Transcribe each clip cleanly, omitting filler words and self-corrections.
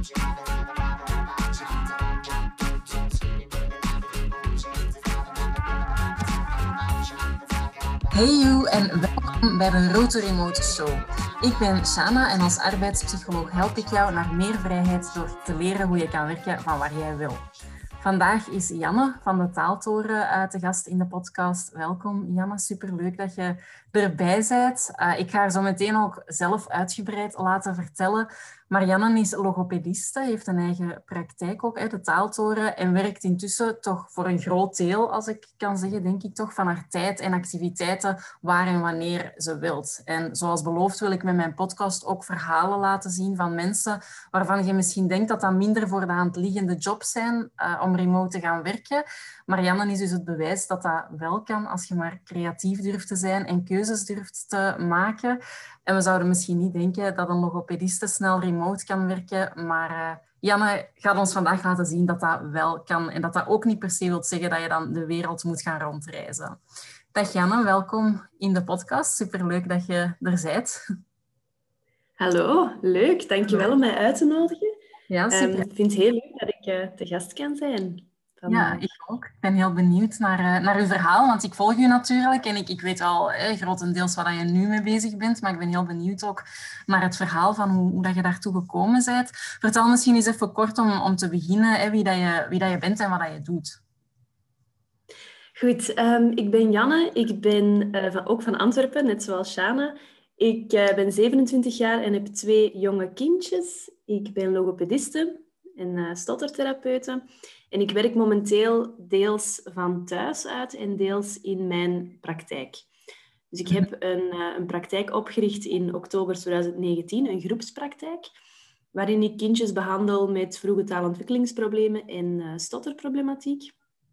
Hey you en welkom bij de Road to Remote Show. Ik ben Shana en als arbeidspsycholoog help ik jou naar meer vrijheid door te leren hoe je kan werken van waar jij wil. Vandaag is Janne van de Taaltoren te gast in de podcast. Welkom Janne, superleuk dat je erbij bent. Ik ga haar zo meteen ook zelf uitgebreid laten vertellen. Maar Janne is logopediste, heeft een eigen praktijk ook, de Taaltoren, en werkt intussen toch voor een groot deel, als ik kan zeggen, denk ik toch, van haar tijd en activiteiten waar en wanneer ze wilt. En zoals beloofd wil ik met mijn podcast ook verhalen laten zien van mensen waarvan je misschien denkt dat dat minder voor de hand liggende jobs zijn om remote te gaan werken. Maar Janne is dus het bewijs dat dat wel kan als je maar creatief durft te zijn en keuzes durft te maken. En we zouden misschien niet denken dat een logopediste snel remote kan werken, maar Janne gaat ons vandaag laten zien dat dat wel kan en dat dat ook niet per se wil zeggen dat je dan de wereld moet gaan rondreizen. Dag Janne, welkom in de podcast. Superleuk dat je er bent. Hallo, leuk. Dankjewel om mij uit te nodigen. Ja, super. Ik vind het heel leuk dat ik te gast kan zijn. Ja, ik ook. Ik ben heel benieuwd naar uw verhaal, want ik volg u natuurlijk en ik weet al grotendeels wat je nu mee bezig bent, maar ik ben heel benieuwd ook naar het verhaal van hoe dat je daartoe gekomen bent. Vertel misschien eens even kort om te beginnen wie dat je bent en wat dat je doet. Goed, ik ben Janne. Ik ben ook van Antwerpen, net zoals Shana. Ik ben 27 jaar en heb 2 jonge kindjes. Ik ben logopediste en stottertherapeute. En ik werk momenteel deels van thuis uit en deels in mijn praktijk. Dus ik heb een praktijk opgericht in oktober 2019, een groepspraktijk, waarin ik kindjes behandel met vroege taalontwikkelingsproblemen en stotterproblematiek.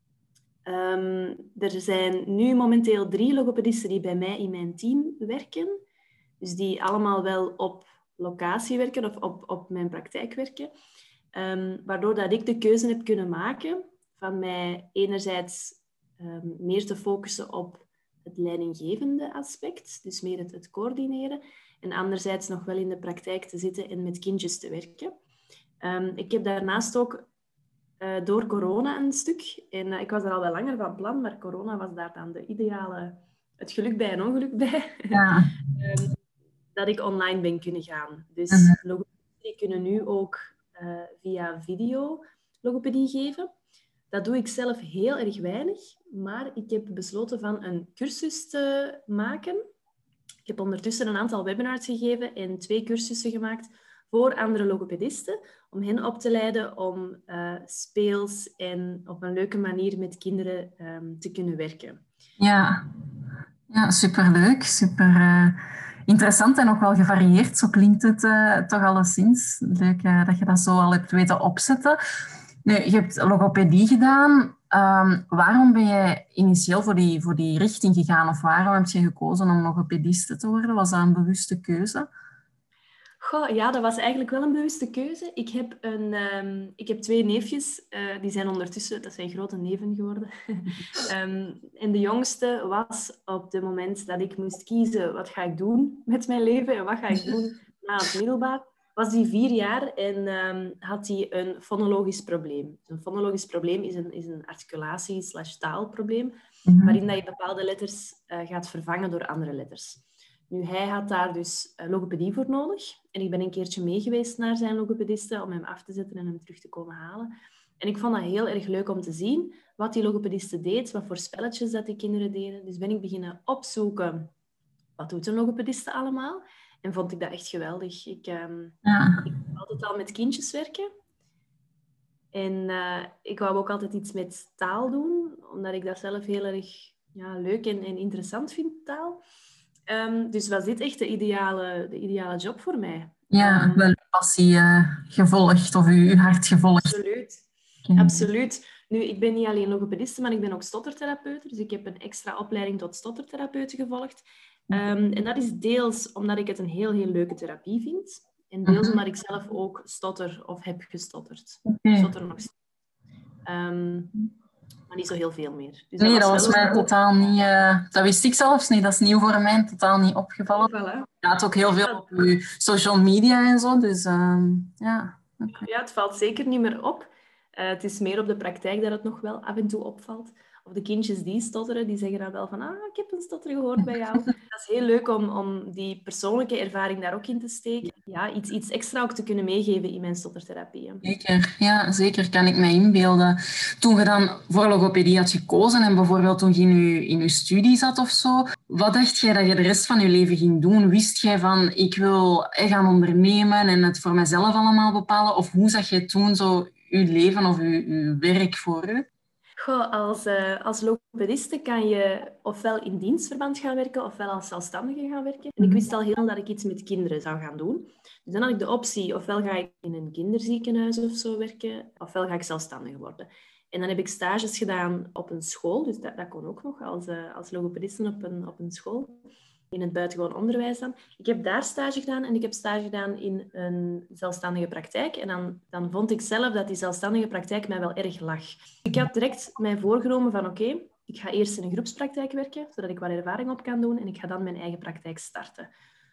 Er zijn nu momenteel 3 logopedisten die bij mij in mijn team werken. Dus die allemaal wel op locatie werken of op mijn praktijk werken. Waardoor dat ik de keuze heb kunnen maken van mij enerzijds meer te focussen op het leidinggevende aspect, dus meer het coördineren, en anderzijds nog wel in de praktijk te zitten en met kindjes te werken. Ik heb daarnaast ook door corona een stuk, en ik was er al wel langer van plan, maar corona was daar dan het geluk bij en ongeluk bij, Ja. dat ik online ben kunnen gaan. Dus logopedie kunnen nu ook via video logopedie geven. Dat doe ik zelf heel erg weinig, maar ik heb besloten van een cursus te maken. Ik heb ondertussen een aantal webinars gegeven en 2 cursussen gemaakt voor andere logopedisten, om hen op te leiden om speels en op een leuke manier met kinderen te kunnen werken. Ja, superleuk, super interessant en ook wel gevarieerd. Zo klinkt het toch alleszins. Leuk dat je dat zo al hebt weten opzetten. Nu, je hebt logopedie gedaan. Waarom ben je initieel voor die richting gegaan? Of waarom heb je gekozen om logopediste te worden? Was dat een bewuste keuze? Goh, ja, dat was eigenlijk wel een bewuste keuze. Ik heb 2 neefjes. Die zijn ondertussen, dat zijn grote neven geworden. En de jongste was op het moment dat ik moest kiezen wat ga ik doen met mijn leven en wat ga ik doen na het middelbaar, was die 4 jaar en had hij een fonologisch probleem. Een fonologisch probleem is een articulatie/taalprobleem, waarin dat je bepaalde letters gaat vervangen door andere letters. Nu, hij had daar dus logopedie voor nodig. En ik ben een keertje mee geweest naar zijn logopediste om hem af te zetten en hem terug te komen halen. En ik vond dat heel erg leuk om te zien wat die logopediste deed, wat voor spelletjes dat die kinderen deden. Dus ben ik beginnen opzoeken, wat doet een logopediste allemaal? En vond ik dat echt geweldig. Ik wou altijd al met kindjes werken. En ik wou ook altijd iets met taal doen, omdat ik dat zelf heel erg leuk en interessant vind, taal. Dus was dit echt de ideale job voor mij. Ja, wel uw passie gevolgd of uw hart gevolgd. Absoluut. Absoluut. Nu, ik ben niet alleen logopediste, maar ik ben ook stottertherapeut. Dus ik heb een extra opleiding tot stottertherapeut gevolgd. En dat is deels omdat ik het een heel, heel leuke therapie vind. En deels omdat ik zelf ook stotter of heb gestotterd. Okay. Stotter nog steeds. Maar niet zo heel veel meer. Dus nee, dat was mij totaal niet... dat wist ik zelfs niet. Dat is nieuw voor mij. Totaal niet opgevallen. Voilà. Je had ook heel veel op je social media en zo. Dus ja, Oké. Ja, het valt zeker niet meer op. Het is meer op de praktijk dat het nog wel af en toe opvalt. Of de kindjes die stotteren, die zeggen dan wel van ik heb een stotter gehoord bij jou. Dat is heel leuk om die persoonlijke ervaring daar ook in te steken. Ja, iets extra ook te kunnen meegeven in mijn stottertherapie. Zeker, ja, zeker kan ik mij inbeelden. Toen je dan voor logopedie had gekozen en bijvoorbeeld toen je in je studie zat of zo, wat dacht jij dat je de rest van je leven ging doen? Wist jij van, ik wil gaan ondernemen en het voor mezelf allemaal bepalen? Of hoe zag je toen zo je leven of je werk voor u? Goh, als logopediste kan je ofwel in dienstverband gaan werken, ofwel als zelfstandige gaan werken. En ik wist al heel lang dat ik iets met kinderen zou gaan doen. Dus dan had ik de optie, ofwel ga ik in een kinderziekenhuis of zo werken, ofwel ga ik zelfstandig worden. En dan heb ik stages gedaan op een school, dus dat kon ook nog als logopediste op een school. In het buitengewoon onderwijs dan. Ik heb daar stage gedaan en ik heb stage gedaan in een zelfstandige praktijk. En dan vond ik zelf dat die zelfstandige praktijk mij wel erg lag. Ik had direct mij voorgenomen van oké, ik ga eerst in een groepspraktijk werken, zodat ik wat ervaring op kan doen en ik ga dan mijn eigen praktijk starten.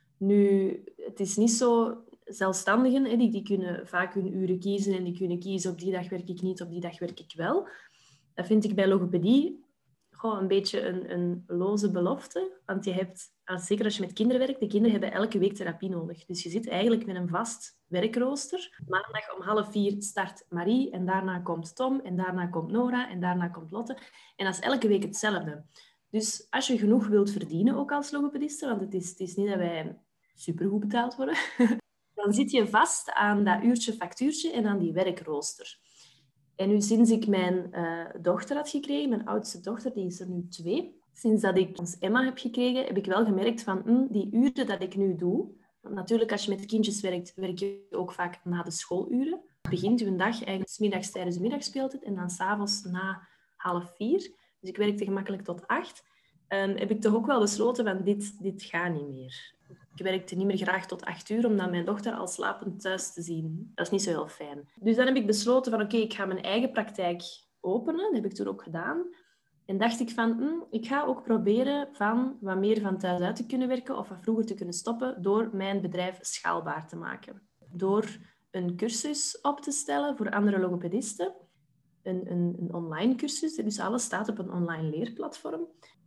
Nu, het is niet zo... Zelfstandigen, die kunnen vaak hun uren kiezen en die kunnen kiezen op die dag werk ik niet, op die dag werk ik wel. Dat vind ik bij logopedie een beetje een loze belofte. Want je hebt, zeker als je met kinderen werkt, de kinderen hebben elke week therapie nodig. Dus je zit eigenlijk met een vast werkrooster. Maandag om 3:30 start Marie en daarna komt Tom en daarna komt Nora en daarna komt Lotte. En dat is elke week hetzelfde. Dus als je genoeg wilt verdienen, ook als logopediste, want het is niet dat wij supergoed betaald worden, dan zit je vast aan dat uurtje factuurtje en aan die werkrooster. En nu sinds ik mijn dochter had gekregen, mijn oudste dochter, die is er nu 2. Sinds dat ik ons Emma heb gekregen, heb ik wel gemerkt van die uren dat ik nu doe. Want natuurlijk, als je met kindjes werkt, werk je ook vaak na de schooluren. Je begint je dag eigenlijk 's middags tijdens de middagspeeltijd en dan 's avonds na 3:30. Dus ik werkte gemakkelijk tot 8. Heb ik toch ook wel besloten van dit gaat niet meer. Ik werkte niet meer graag tot 8 uur, omdat mijn dochter al slapend thuis te zien. Dat is niet zo heel fijn. Dus dan heb ik besloten van oké, ik ga mijn eigen praktijk openen. Dat heb ik toen ook gedaan. En dacht ik van, ik ga ook proberen van wat meer van thuis uit te kunnen werken of wat vroeger te kunnen stoppen door mijn bedrijf schaalbaar te maken. Door een cursus op te stellen voor andere logopedisten. Een online cursus, dus alles staat op een online leerplatform.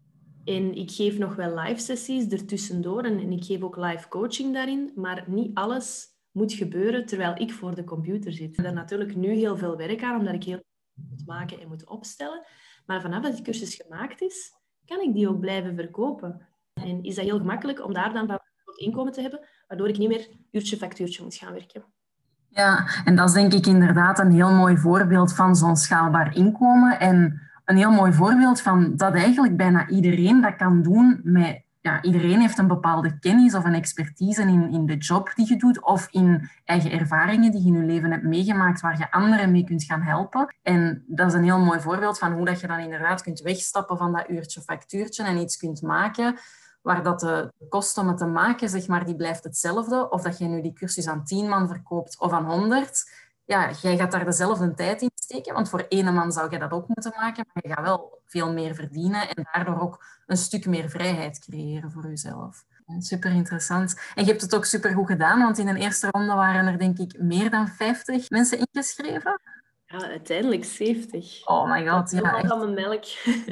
En ik geef nog wel live sessies ertussendoor en ik geef ook live coaching daarin, maar niet alles moet gebeuren terwijl ik voor de computer zit. Er is natuurlijk nu heel veel werk aan, omdat ik heel veel moet maken en moet opstellen. Maar vanaf dat die cursus gemaakt is, kan ik die ook blijven verkopen. En is dat heel gemakkelijk om daar dan wat inkomen te hebben, waardoor ik niet meer uurtje factuurtje moet gaan werken. Ja, en dat is denk ik inderdaad een heel mooi voorbeeld van zo'n schaalbaar inkomen. En een heel mooi voorbeeld van dat eigenlijk bijna iedereen dat kan doen met... Ja, iedereen heeft een bepaalde kennis of een expertise in de job die je doet of in eigen ervaringen die je in je leven hebt meegemaakt waar je anderen mee kunt gaan helpen. En dat is een heel mooi voorbeeld van hoe dat je dan inderdaad kunt wegstappen van dat uurtje factuurtje en iets kunt maken waar dat de kost om het te maken, zeg maar, die blijft hetzelfde. Of dat je nu die cursus aan 10 man verkoopt of aan 100. Ja, jij gaat daar dezelfde tijd in steken, want voor 1 man zou je dat ook moeten maken, maar je gaat wel veel meer verdienen en daardoor ook een stuk meer vrijheid creëren voor jezelf. Super interessant. En je hebt het ook super goed gedaan, want in een eerste ronde waren er denk ik meer dan 50 mensen ingeschreven. Ja, uiteindelijk 70. Oh my god, ja, echt. Van mijn melk.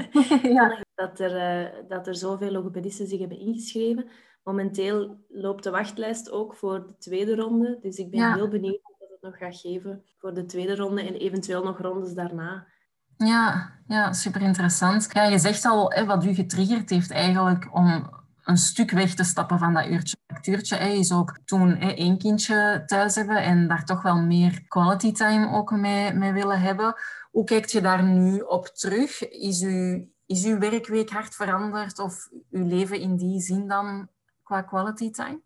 Ja. Dat er zoveel logopedisten zich hebben ingeschreven. Momenteel loopt de wachtlijst ook voor de tweede ronde. Dus ik ben heel benieuwd wat het nog gaat geven voor de tweede ronde en eventueel nog rondes daarna. Ja, super interessant. Ja, je zegt al, wat u getriggerd heeft eigenlijk om een stuk weg te stappen van dat uurtje factuurtje. Je zou ook toen 1 kindje thuis hebben en daar toch wel meer quality time ook mee willen hebben. Hoe kijkt je daar nu op terug? Is uw werkweek hard veranderd of uw leven in die zin dan qua quality time?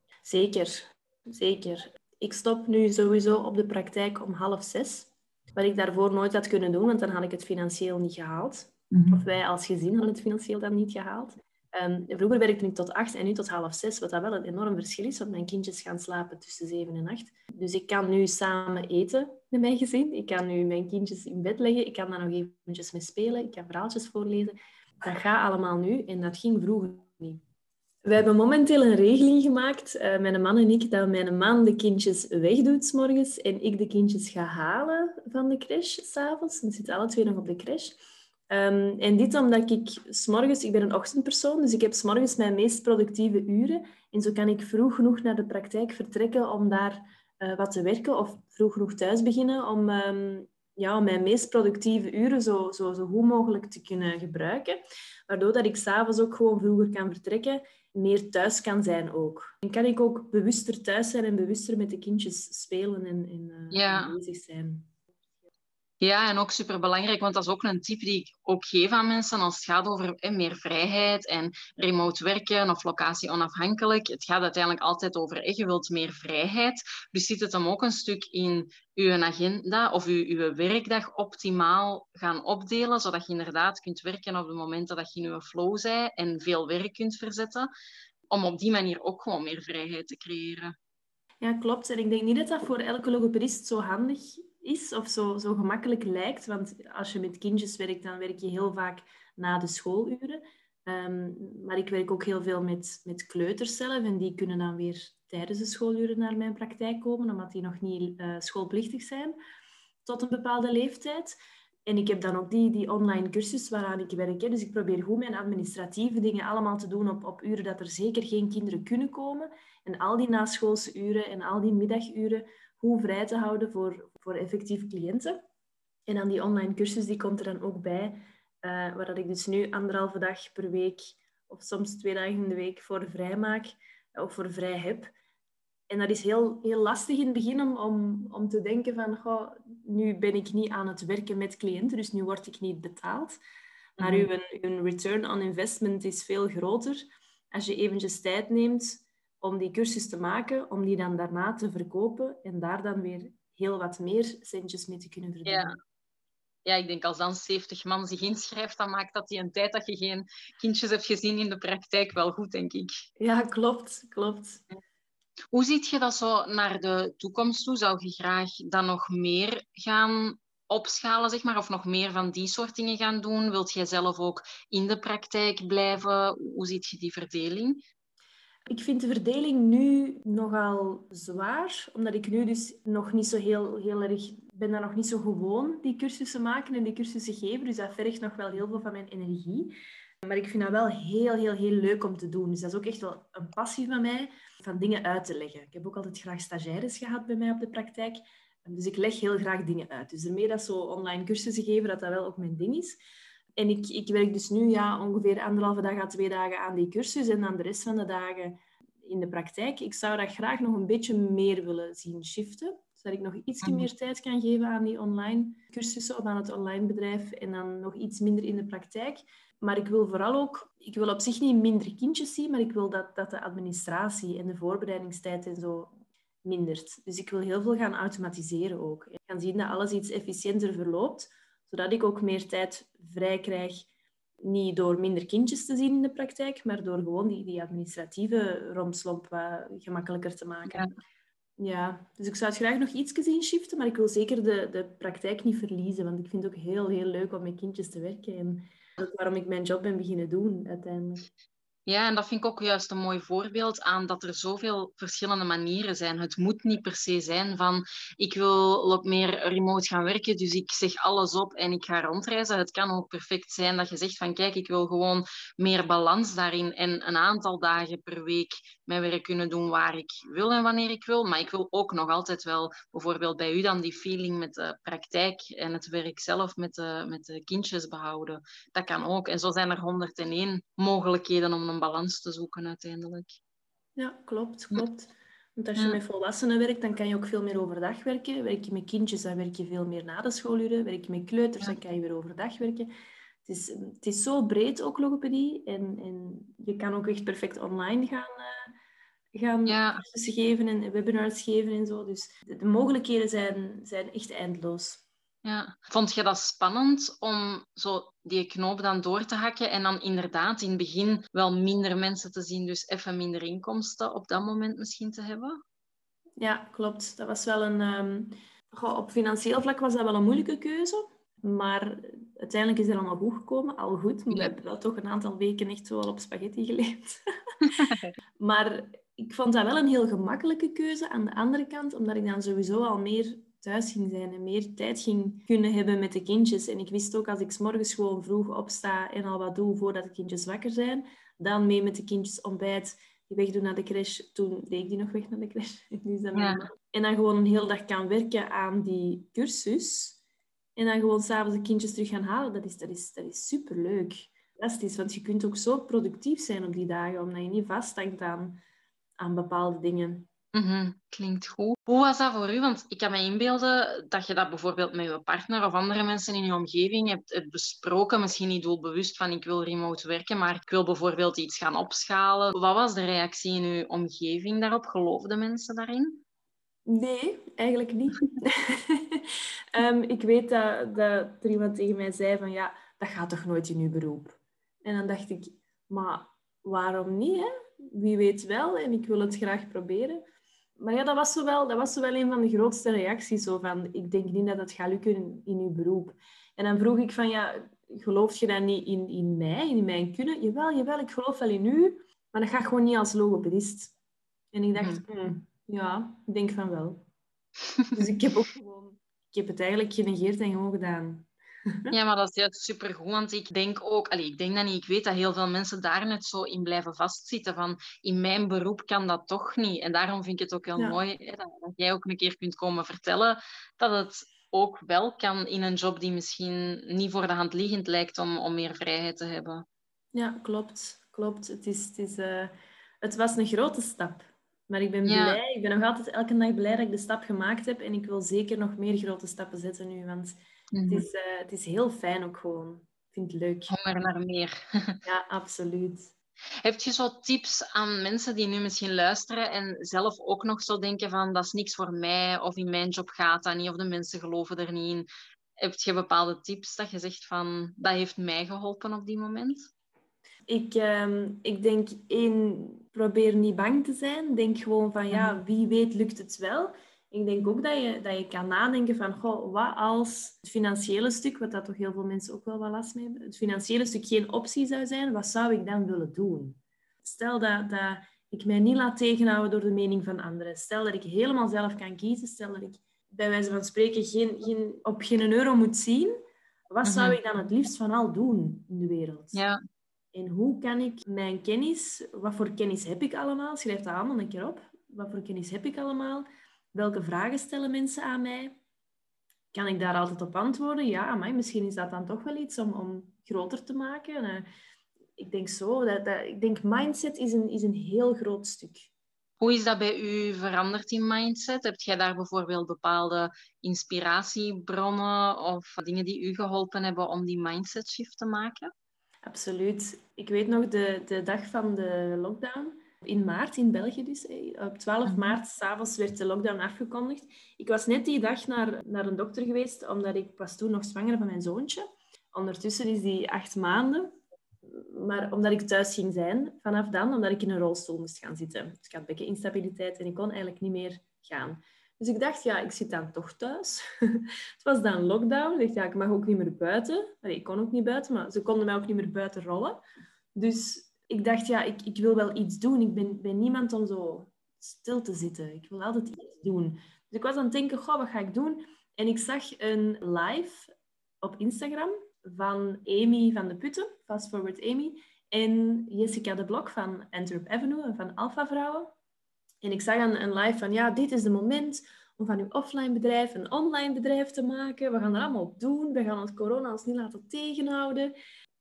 Zeker. Ik stop nu sowieso op de praktijk om 5:30. Wat ik daarvoor nooit had kunnen doen, want dan had ik het financieel niet gehaald. Mm-hmm. Of wij als gezin hadden het financieel dan niet gehaald. Vroeger werkte ik tot 8 en nu tot 5:30, wat dat wel een enorm verschil is, want mijn kindjes gaan slapen tussen 7 en 8. Dus ik kan nu samen eten met mijn gezin. Ik kan nu mijn kindjes in bed leggen. Ik kan daar nog eventjes mee spelen. Ik kan verhaaltjes voorlezen. Dat gaat allemaal nu en dat ging vroeger niet. We hebben momenteel een regeling gemaakt, mijn man en ik, dat mijn man de kindjes wegdoet 's morgens en ik de kindjes ga halen van de crash 's avonds. We zitten alle twee nog op de crash. En dit omdat ik 's morgens, ik ben een ochtendpersoon, dus ik heb 's morgens mijn meest productieve uren. En zo kan ik vroeg genoeg naar de praktijk vertrekken om daar wat te werken of vroeg genoeg thuis beginnen om om mijn meest productieve uren zo goed mogelijk te kunnen gebruiken. Waardoor dat ik 's avonds ook gewoon vroeger kan vertrekken, meer thuis kan zijn ook. En kan ik ook bewuster thuis zijn en bewuster met de kindjes spelen en bezig zijn. Ja, en ook superbelangrijk, want dat is ook een tip die ik ook geef aan mensen als het gaat over meer vrijheid en remote werken of locatie onafhankelijk. Het gaat uiteindelijk altijd over, je wilt meer vrijheid. Dus zit het hem ook een stuk in uw agenda of uw werkdag optimaal gaan opdelen, zodat je inderdaad kunt werken op de momenten dat je in uw flow bent en veel werk kunt verzetten, om op die manier ook gewoon meer vrijheid te creëren. Ja, klopt. En ik denk niet dat dat voor elke logopedist zo handig is of zo gemakkelijk lijkt. Want als je met kindjes werkt, dan werk je heel vaak na de schooluren. Maar ik werk ook heel veel met kleuters zelf. En die kunnen dan weer tijdens de schooluren naar mijn praktijk komen, omdat die nog niet schoolplichtig zijn tot een bepaalde leeftijd. En ik heb dan ook die online cursus waaraan ik werk. Hè. Dus ik probeer goed mijn administratieve dingen allemaal te doen op uren dat er zeker geen kinderen kunnen komen. En al die naschoolse uren en al die middaguren goed vrij te houden voor effectief cliënten. En dan die online cursus die komt er dan ook bij, waar dat ik dus nu 1,5 dag per week of soms 2 dagen in de week voor vrij maak of voor vrij heb. En dat is heel, heel lastig in het begin om te denken van, goh, nu ben ik niet aan het werken met cliënten, dus nu word ik niet betaald. Maar uw return on investment is veel groter als je eventjes tijd neemt om die cursus te maken, om die dan daarna te verkopen en daar dan weer heel wat meer centjes mee te kunnen verdienen. Ja, ik denk als dan 70 man zich inschrijft, dan maakt dat die een tijd dat je geen kindjes hebt gezien in de praktijk wel goed, denk ik. Ja, klopt. Hoe ziet je dat zo naar de toekomst toe? Zou je graag dan nog meer gaan opschalen, zeg maar, of nog meer van die soort dingen gaan doen? Wilt jij zelf ook in de praktijk blijven? Hoe ziet je die verdeling? Ik vind de verdeling nu nogal zwaar, omdat ik nu dus nog niet zo heel erg ben daar nog niet zo gewoon, die cursussen maken en die cursussen geven. Dus dat vergt nog wel heel veel van mijn energie. Maar ik vind dat wel heel leuk om te doen. Dus dat is ook echt wel een passie van mij, van dingen uit te leggen. Ik heb ook altijd graag stagiaires gehad bij mij op de praktijk. Dus ik leg heel graag dingen uit. Dus ermee dat zo online cursussen geven, dat wel ook mijn ding is. En ik werk dus nu ongeveer 1,5 dag à 2 dagen aan die cursus en dan de rest van de dagen in de praktijk. Ik zou dat graag nog een beetje meer willen zien shiften. Zodat ik nog iets meer tijd kan geven aan die online cursussen of aan het online bedrijf en dan nog iets minder in de praktijk. Maar ik wil vooral ook, ik wil op zich niet minder kindjes zien, maar ik wil dat de administratie en de voorbereidingstijd en zo mindert. Dus ik wil heel veel gaan automatiseren ook. En gaan zien dat alles iets efficiënter verloopt, zodat ik ook meer tijd vrij krijg. Niet door minder kindjes te zien in de praktijk, maar door gewoon die administratieve rompslomp wat gemakkelijker te maken. Ja, dus ik zou het graag nog iets zien shiften, maar ik wil zeker de praktijk niet verliezen, want ik vind het ook heel leuk om met kindjes te werken. En dat is waarom ik mijn job ben beginnen doen uiteindelijk. Ja, en dat vind ik ook juist een mooi voorbeeld aan dat er zoveel verschillende manieren zijn. Het moet niet per se zijn van ik wil op meer remote gaan werken, dus ik zeg alles op en ik ga rondreizen. Het kan ook perfect zijn dat je zegt van kijk, ik wil gewoon meer balans daarin en een aantal dagen per week mijn werk kunnen doen waar ik wil en wanneer ik wil. Maar ik wil ook nog altijd wel, bijvoorbeeld bij u dan, die feeling met de praktijk en het werk zelf met de kindjes behouden. Dat kan ook. En zo zijn er 101 mogelijkheden om een balans te zoeken uiteindelijk. Ja, klopt. Want als je met volwassenen werkt, dan kan je ook veel meer overdag werken. Werk je met kindjes, dan werk je veel meer na de schooluren. Werk je met kleuters, dan kan je weer overdag werken. Het is zo breed ook, logopedie. En je kan ook echt perfect online gaan cursussen geven en webinars geven en zo. Dus de mogelijkheden zijn echt eindeloos. Ja. Vond je dat spannend om zo die knoop dan door te hakken en dan inderdaad in het begin wel minder mensen te zien, dus even minder inkomsten op dat moment misschien te hebben? Ja, klopt. Dat was wel op financieel vlak was dat wel een moeilijke keuze. Maar Uiteindelijk is het allemaal goed gekomen, al goed. Maar we Ja. hebben wel toch een aantal weken echt zo al op spaghetti geleefd. Maar ik vond dat wel een heel gemakkelijke keuze aan de andere kant, omdat ik dan sowieso al meer thuis ging zijn en meer tijd ging kunnen hebben met de kindjes. En ik wist ook, als ik 's morgens gewoon vroeg opsta en al wat doe voordat de kindjes wakker zijn, dan mee met de kindjes ontbijt, die wegdoen naar de crash. Toen deed ik die nog weg naar de crash. Nu is dat mijn man. En dan gewoon een hele dag kan werken aan die cursus. En dan gewoon s'avonds de kindjes terug gaan halen. Dat is superleuk. Fantastisch, want je kunt ook zo productief zijn op die dagen, omdat je niet vasthangt aan bepaalde dingen. Klinkt goed. Hoe was dat voor u? Want ik kan me inbeelden dat je dat bijvoorbeeld met je partner of andere mensen in je omgeving hebt besproken. Misschien niet doelbewust van ik wil remote werken, maar ik wil bijvoorbeeld iets gaan opschalen. Wat was de reactie in uw omgeving daarop? Geloofden mensen daarin? Nee, eigenlijk niet. Ik weet dat er iemand tegen mij zei van ja, dat gaat toch nooit in uw beroep? En dan dacht ik, maar waarom niet? Hè? Wie weet wel en ik wil het graag proberen. Maar ja, dat was zo wel een van de grootste reacties. Zo van, ik denk niet dat het gaat lukken in uw beroep. En dan vroeg ik van ja, geloof je dan niet in mij, in mijn kunnen? Jawel, ik geloof wel in u, maar dat gaat gewoon niet als logopedist. En ik dacht, ja, ik denk van wel. Dus ik heb het eigenlijk genegeerd en gewoon gedaan. Ja, maar dat is juist supergoed, want ik denk ook, ik denk dat niet, ik weet dat heel veel mensen daar net zo in blijven vastzitten van in mijn beroep kan dat toch niet. En daarom vind ik het ook heel mooi hè, dat jij ook een keer kunt komen vertellen dat het ook wel kan in een job die misschien niet voor de hand liggend lijkt om meer vrijheid te hebben. Ja, klopt. Het was een grote stap. Maar ik ben blij. Ik ben nog altijd elke dag blij dat ik de stap gemaakt heb. En ik wil zeker nog meer grote stappen zetten nu. Want het is heel fijn ook gewoon. Ik vind het leuk. Honger naar meer. Ja, absoluut. Heb je zo tips aan mensen die nu misschien luisteren en zelf ook nog zo denken van dat is niks voor mij of in mijn job gaat dat niet of de mensen geloven er niet in? Heb je bepaalde tips dat je zegt van dat heeft mij geholpen op die moment? Ik denk probeer niet bang te zijn. Denk gewoon van ja, wie weet lukt het wel. Ik denk ook dat je kan nadenken van goh, wat als het financiële stuk, wat dat toch heel veel mensen ook wel wat last mee hebben, het financiële stuk geen optie zou zijn, wat zou ik dan willen doen? Stel dat ik mij niet laat tegenhouden door de mening van anderen. Stel dat ik helemaal zelf kan kiezen. Stel dat ik bij wijze van spreken op geen euro moet zien. Wat zou ik dan het liefst van al doen in de wereld? Ja. En hoe kan ik mijn kennis... Wat voor kennis heb ik allemaal? Schrijf dat allemaal een keer op. Wat voor kennis heb ik allemaal? Welke vragen stellen mensen aan mij? Kan ik daar altijd op antwoorden? Ja, maar misschien is dat dan toch wel iets om groter te maken. Ik denk zo. Ik denk mindset is een heel groot stuk. Hoe is dat bij u veranderd in mindset? Heb jij daar bijvoorbeeld bepaalde inspiratiebronnen of dingen die u geholpen hebben om die mindset shift te maken? Absoluut. Ik weet nog de dag van de lockdown. In maart, in België dus. Op 12 maart, 's avonds werd de lockdown afgekondigd. Ik was net die dag naar een dokter geweest, omdat ik was toen nog zwanger van mijn zoontje. Ondertussen is die 8 maanden. Maar omdat ik thuis ging zijn, vanaf dan, omdat ik in een rolstoel moest gaan zitten. Dus ik had bekkeninstabiliteit en ik kon eigenlijk niet meer gaan. Dus ik dacht, ja, ik zit dan toch thuis. Het was dan lockdown. Ik dacht, ja, ik mag ook niet meer buiten. Ik kon ook niet buiten, maar ze konden mij ook niet meer buiten rollen. Dus ik dacht, ja, ik wil wel iets doen. Ik ben niemand om zo stil te zitten. Ik wil altijd iets doen. Dus ik was aan het denken, goh, wat ga ik doen? En ik zag een live op Instagram van Amy van de Putten, Fast Forward Amy, en Jessica de Blok van Antwerp Avenue en van Alpha Vrouwen. En ik zag een live van, ja, dit is de moment om van uw offline bedrijf een online bedrijf te maken. We gaan er allemaal op doen. We gaan ons corona ons niet laten tegenhouden.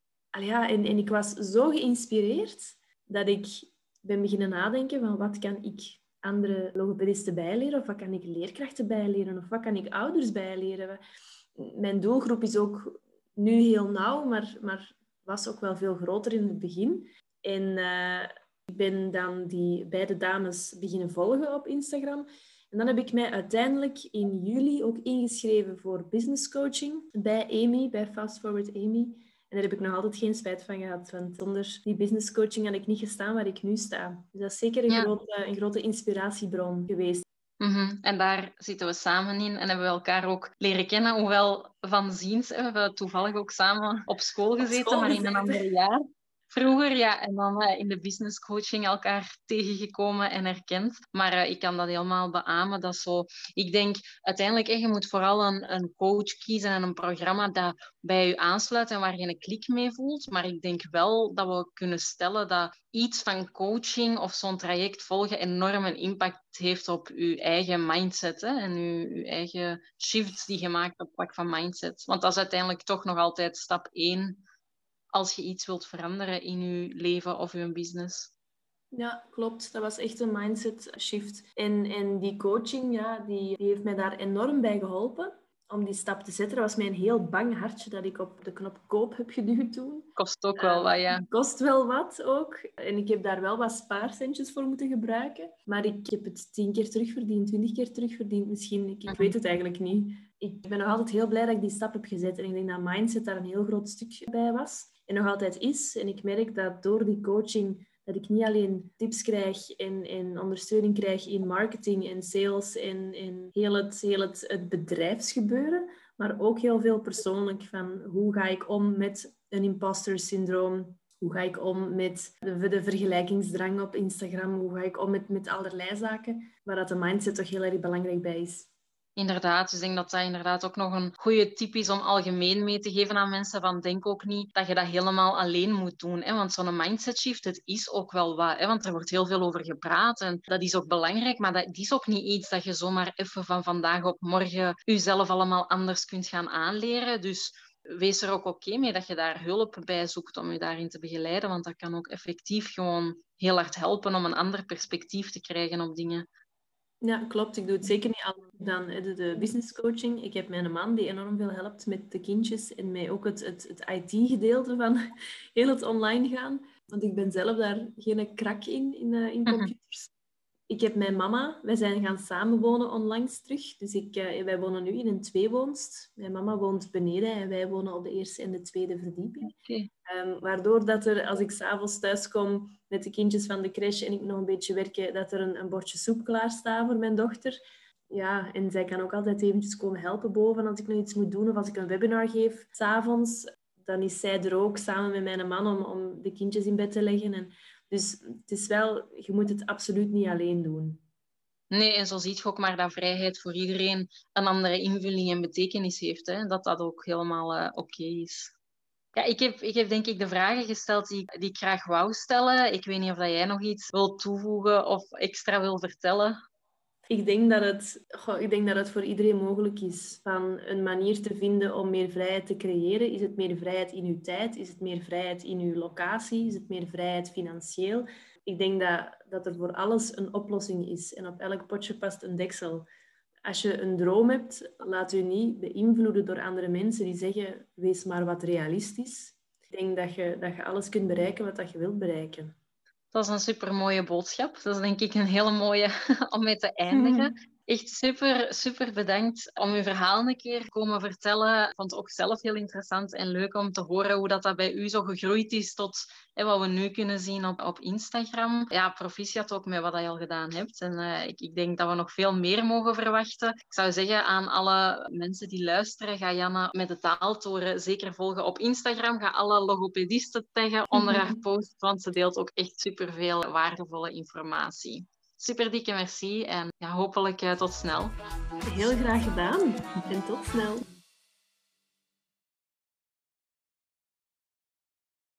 En ik was zo geïnspireerd dat ik ben beginnen nadenken van wat kan ik andere logopedisten bijleren of wat kan ik leerkrachten bijleren of wat kan ik ouders bijleren. Mijn doelgroep is ook nu heel nauw, maar was ook wel veel groter in het begin. En ik ben dan die beide dames beginnen volgen op Instagram. En dan heb ik mij uiteindelijk in juli ook ingeschreven voor business coaching bij Amy, bij Fast Forward Amy. En daar heb ik nog altijd geen spijt van gehad, want zonder die business coaching had ik niet gestaan waar ik nu sta. Dus dat is zeker een grote inspiratiebron geweest. En daar zitten we samen in en hebben we elkaar ook leren kennen. Hoewel van ziens, we hebben toevallig ook samen op school Op gezeten, school maar in een gezeten. ander jaar. Vroeger, ja, en dan in de business coaching elkaar tegengekomen en herkend. Maar ik kan dat helemaal beamen. Dat zo, ik denk, uiteindelijk, je moet vooral een coach kiezen en een programma dat bij je aansluit en waar je een klik mee voelt. Maar ik denk wel dat we kunnen stellen dat iets van coaching of zo'n traject volgen enorm een impact heeft op je eigen mindset, hè, en je eigen shifts die je maakt op vlak van mindset. Want dat is uiteindelijk toch nog altijd stap 1 als je iets wilt veranderen in je leven of je business. Ja, klopt. Dat was echt een mindset shift. En die coaching, ja, die heeft mij daar enorm bij geholpen om die stap te zetten. Dat was mij een heel bang hartje dat ik op de knop koop heb geduwd toen. Kost ook wel wat, ja. Kost wel wat ook. En ik heb daar wel wat spaarcentjes voor moeten gebruiken. Maar ik heb het 10 keer terugverdiend, 20 keer terugverdiend misschien. Ik weet het eigenlijk niet. Ik ben nog altijd heel blij dat ik die stap heb gezet. En ik denk dat mindset daar een heel groot stuk bij was. En nog altijd is. En ik merk dat door die coaching dat ik niet alleen tips krijg en ondersteuning krijg in marketing en sales en heel het bedrijfsgebeuren, maar ook heel veel persoonlijk van hoe ga ik om met een imposter syndroom, hoe ga ik om met de vergelijkingsdrang op Instagram, hoe ga ik om met allerlei zaken, waar dat de mindset toch heel erg belangrijk bij is. Inderdaad, dus ik denk dat dat inderdaad ook nog een goede tip is om algemeen mee te geven aan mensen. Van denk ook niet dat je dat helemaal alleen moet doen. Hè? Want zo'n mindset shift, het is ook wel wat. Hè? Want er wordt heel veel over gepraat en dat is ook belangrijk. Maar dat is ook niet iets dat je zomaar even van vandaag op morgen jezelf allemaal anders kunt gaan aanleren. Dus wees er ook oké mee dat je daar hulp bij zoekt om je daarin te begeleiden. Want dat kan ook effectief gewoon heel hard helpen om een ander perspectief te krijgen op dingen. Ja, klopt. Ik doe het zeker niet alleen dan de business coaching. Ik heb mijn man die enorm veel helpt met de kindjes en mij ook het IT-gedeelte van heel het online gaan. Want ik ben zelf daar geen krak in computers. Ik heb mijn mama. Wij zijn gaan samenwonen onlangs terug. Dus wij wonen nu in een tweewoonst. Mijn mama woont beneden en wij wonen op de eerste en de tweede verdieping. Okay. Waardoor dat er, als ik 's avonds thuis kom met de kindjes van de crèche en ik nog een beetje werk, dat er een bordje soep klaar staat voor mijn dochter. Ja, en zij kan ook altijd eventjes komen helpen boven als ik nog iets moet doen of als ik een webinar geef 's avonds. Dan is zij er ook samen met mijn man om de kindjes in bed te leggen. Dus het is wel, je moet het absoluut niet alleen doen. Nee, en zo zie je ook maar dat vrijheid voor iedereen een andere invulling en betekenis heeft. Hè? Dat dat ook helemaal oké is. Ja, ik heb denk ik de vragen gesteld die ik graag wou stellen. Ik weet niet of dat jij nog iets wilt toevoegen of extra wil vertellen. Ik denk dat het voor iedereen mogelijk is van een manier te vinden om meer vrijheid te creëren. Is het meer vrijheid in uw tijd? Is het meer vrijheid in uw locatie? Is het meer vrijheid financieel? Ik denk dat er voor alles een oplossing is. En op elk potje past een deksel. Als je een droom hebt, laat je niet beïnvloeden door andere mensen die zeggen, wees maar wat realistisch. Ik denk dat je alles kunt bereiken wat je wilt bereiken. Dat is een supermooie boodschap. Dat is denk ik een hele mooie om mee te eindigen. Echt super, super bedankt om uw verhaal een keer komen vertellen. Ik vond het ook zelf heel interessant en leuk om te horen hoe dat bij u zo gegroeid is tot wat we nu kunnen zien op Instagram. Ja, proficiat ook met wat je al gedaan hebt. En ik denk dat we nog veel meer mogen verwachten. Ik zou zeggen aan alle mensen die luisteren, ga Janne met de Taaltoren zeker volgen op Instagram. Ga alle logopedisten taggen onder haar post, want ze deelt ook echt superveel waardevolle informatie. Super dikke merci en hopelijk tot snel. Heel graag gedaan en tot snel.